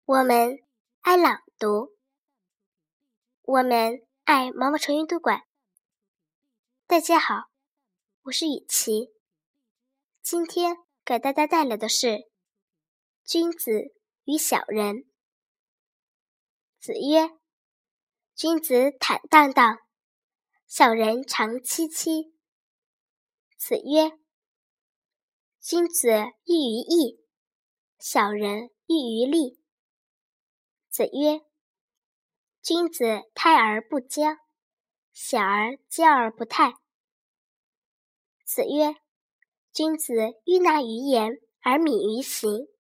我们爱朗读，我们爱毛毛虫阅读馆。大家好，我是雨琪，今天给大家带来的是《君子与小人》。子曰：君子坦荡荡，小人长戚戚。子曰：君子喻于义，小人喻于利。子曰：君子泰而不骄，小儿骄而不泰。子曰：君子欲纳于言而敏于行，